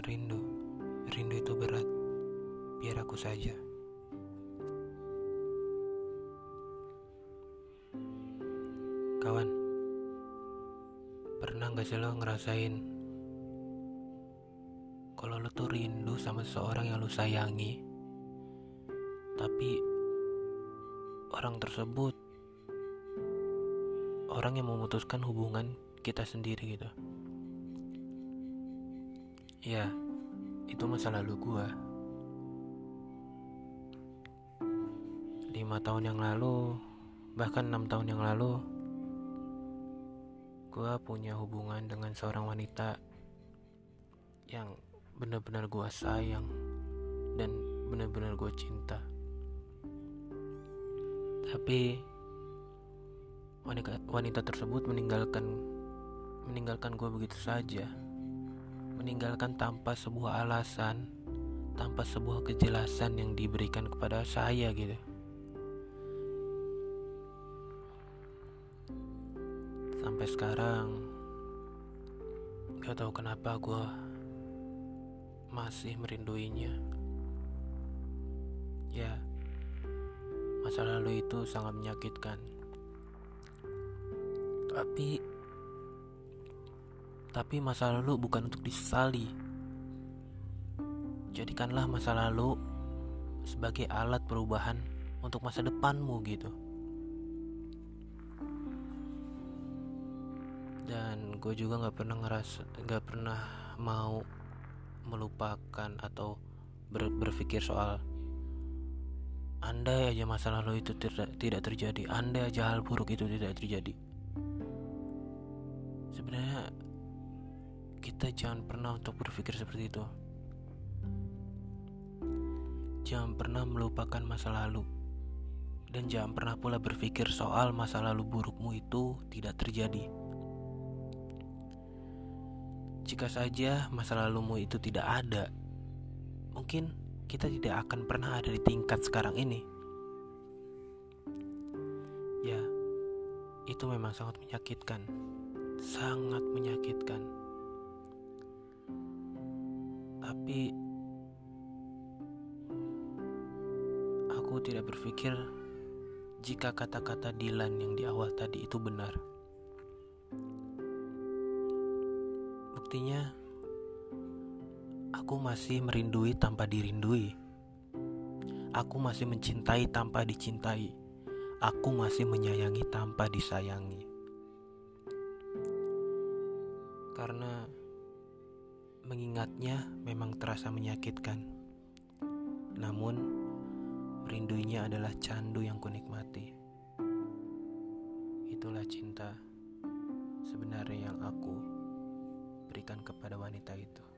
Rindu, rindu itu berat. Biar aku saja. Kawan, pernah gak sih lo ngerasain kalau lo tuh rindu sama seseorang yang lo sayangi, tapi orang tersebut orang yang memutuskan hubungan kita sendiri gitu. Ya, itu masa lalu gua. 5 tahun yang lalu, bahkan 6 tahun yang lalu, gua punya hubungan dengan seorang wanita yang benar-benar gua sayang dan benar-benar gua cinta. Tapi wanita tersebut meninggalkan gua begitu saja. Meninggalkan tanpa sebuah alasan, tanpa sebuah kejelasan yang diberikan kepada saya gitu. Sampai sekarang gak tahu kenapa gue masih merinduinya. Ya, masa lalu itu sangat menyakitkan. Tapi masa lalu bukan untuk disesali. Jadikanlah masa lalu sebagai alat perubahan untuk masa depanmu gitu. Dan gue juga gak pernah mau melupakan atau berpikir soal andai aja masa lalu itu tidak terjadi, andai aja hal buruk itu tidak terjadi. Sebenarnya kita jangan pernah untuk berpikir seperti itu. Jangan pernah melupakan masa lalu. Dan jangan pernah pula berpikir soal masa lalu burukmu itu tidak terjadi. Jika saja masa lalumu itu tidak ada, mungkin kita tidak akan pernah ada di tingkat sekarang ini. Ya, itu memang sangat menyakitkan. Sangat menyakitkan. Tapi aku tidak berpikir jika kata-kata Dilan yang di awal tadi itu benar. Buktinya aku masih merindui tanpa dirindui. Aku masih mencintai tanpa dicintai. Aku masih menyayangi tanpa disayangi. Karena mengingatnya memang terasa menyakitkan. Namun merinduinya adalah candu yang kunikmati. Itulah cinta sebenarnya yang aku berikan kepada wanita itu.